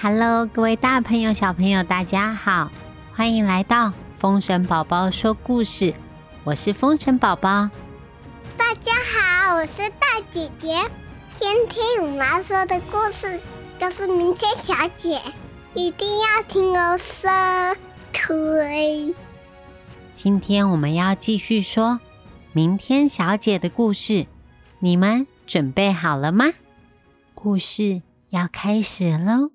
Hello， 各位大朋友、小朋友，大家好，欢迎来到风神宝宝说故事。我是风神宝宝。 大家好，我是大姐姐。今天我们要说的故事就是明天小姐，一定要听哦，收推。 今天我们要继续说明天小姐的故事，你们准备好了吗？故事要开始咯。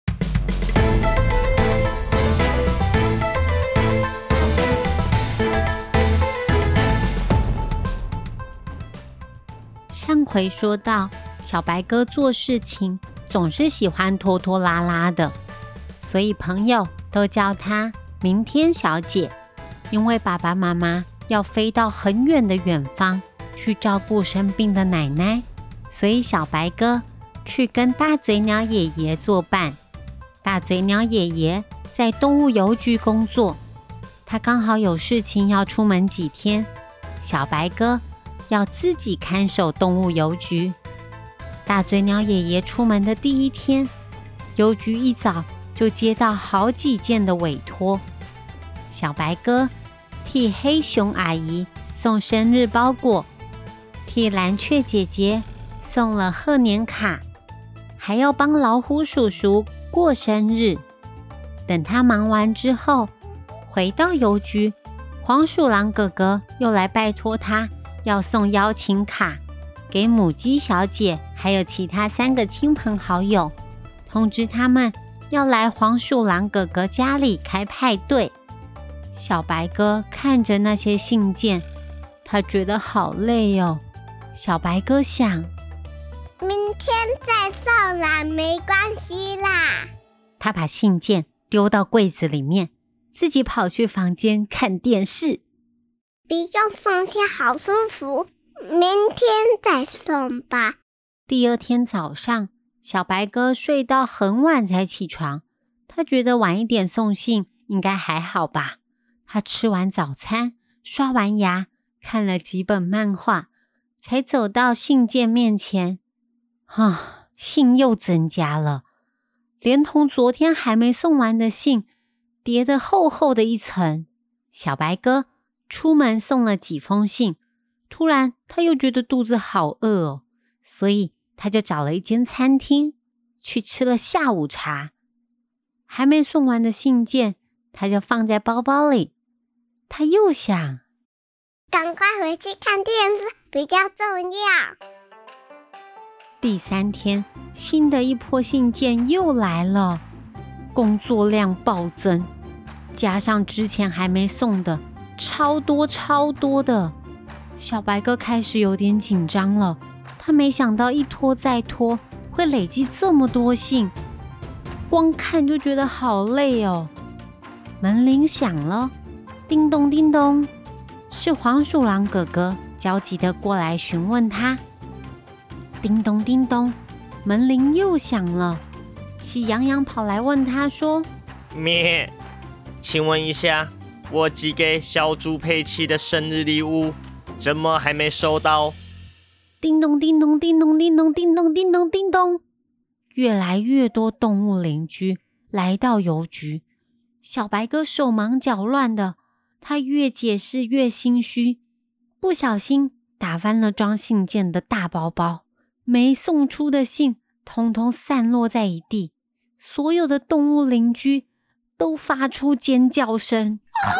上回说到，小白鸽做事情总是喜欢拖拖拉拉的，所以朋友都叫她明天小姐。因为爸爸妈妈要飞到很远的远方去照顾生病的奶奶，所以小白鸽去跟大嘴鸟爷爷作伴。大嘴鸟爷爷在动物邮局工作，他刚好有事情要出门几天，小白鸽要自己看守动物邮局。大嘴鸟爷爷出门的第一天，邮局一早就接到好几件的委托。小白鸽替黑熊阿姨送生日包裹，替蓝雀姐姐送了贺年卡，还要帮老虎叔叔过生日。等他忙完之后，回到邮局，黄鼠狼哥哥又来拜托他要送邀请卡给母鸡小姐还有其他3个亲朋好友，通知他们要来黄鼠狼哥哥家里开派对。小白鸽看着那些信件，他觉得好累哦。小白鸽想， 明天再送啦，没关系啦。 他把信件丢到柜子里面，自己跑去房间看电视。 不用送信好舒服，明天再送吧。 第二天早上，小白鸽睡到很晚才起床，他觉得晚一点送信应该还好吧。他吃完早餐，刷完牙，看了几本漫画，才走到信件面前。信又增加了，连同昨天还没送完的信叠得厚厚的一层。小白鸽出门送了几封信，突然他又觉得肚子好饿哦，所以他就找了一间餐厅去吃了下午茶。还没送完的信件他就放在包包里。他又想， 赶快回去看电视比较重要。 第3天，新的一波信件又来了，工作量暴增，加上之前还没送的超多的，小白鸽开始有点紧张了。他没想到一拖再拖会累积这么多信，光看就觉得好累哦。门铃响了，叮咚叮咚，是黄鼠狼哥哥焦急地过来询问他。叮咚叮咚，门铃又响了，喜羊羊跑来问他说： 咩，请问一下，我寄给小猪佩奇的生日礼物怎么还没收到？ 叮咚叮咚叮咚叮咚叮咚叮咚叮咚，越来越多动物邻居来到邮局。小白鸽手忙脚乱的，他越解释越心虚，不小心打翻了装信件的大包包，没送出的信统统散落在一地，所有的动物邻居都发出尖叫声。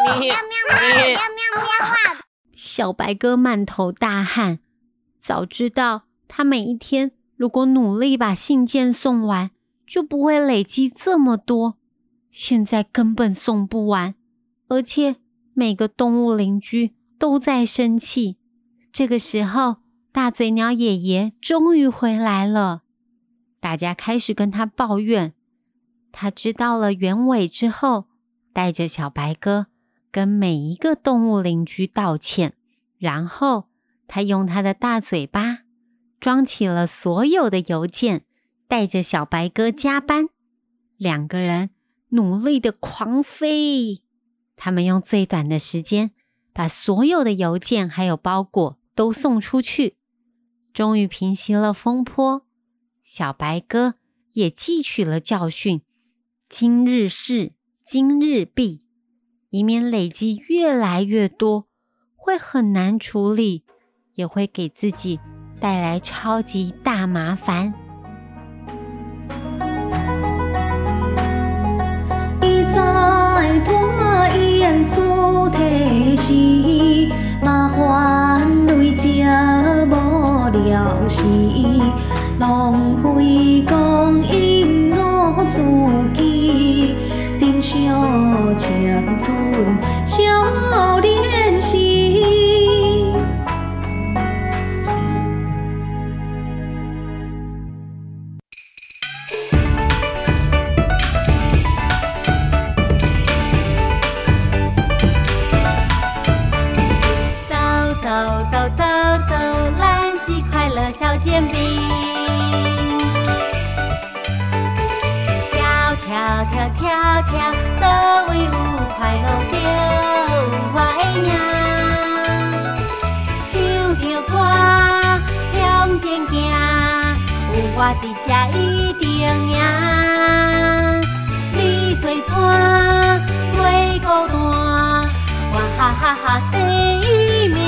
小白鸽满头大汗，早知道他每一天如果努力把信件送完，就不会累积这么多，现在根本送不完，而且每个动物邻居都在生气。这个时候，大嘴鸟爷爷终于回来了，大家开始跟他抱怨。他知道了原委之后，带着小白鸽跟每一个动物邻居道歉，然后他用他的大嘴巴装起了所有的邮件，带着小白鸽加班。2个人努力的狂飞，他们用最短的时间把所有的邮件还有包裹都送出去，终于平息了风波。小白鸽也汲取了教训， 今日事今日毕，以免累积越来越多，会很难处理，也会给自己带来超级大麻烦。 伊早会拖延事体时，麻烦累积无了时，浪费光阴误自己，珍惜青春少年时。走，咱是快乐小尖兵。跳，倒位有快乐就有我的赢。唱着歌向前行，有我伫这一定赢。你作伴袂孤单，我哈哈哈第一名。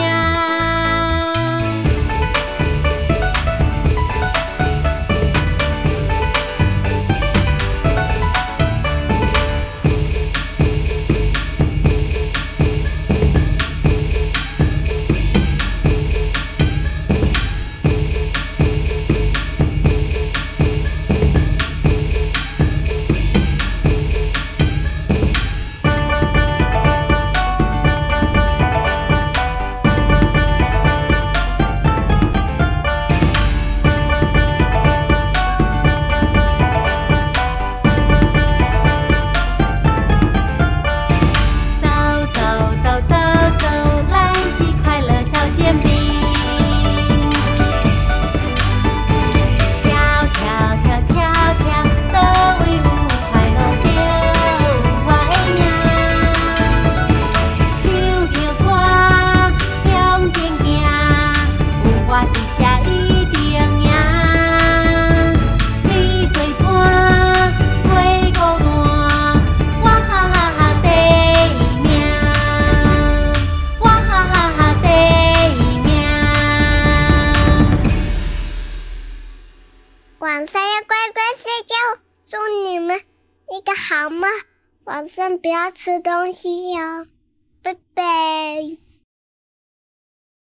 晚上要乖乖睡觉，祝你们一个好梦，晚上不要吃东西哟。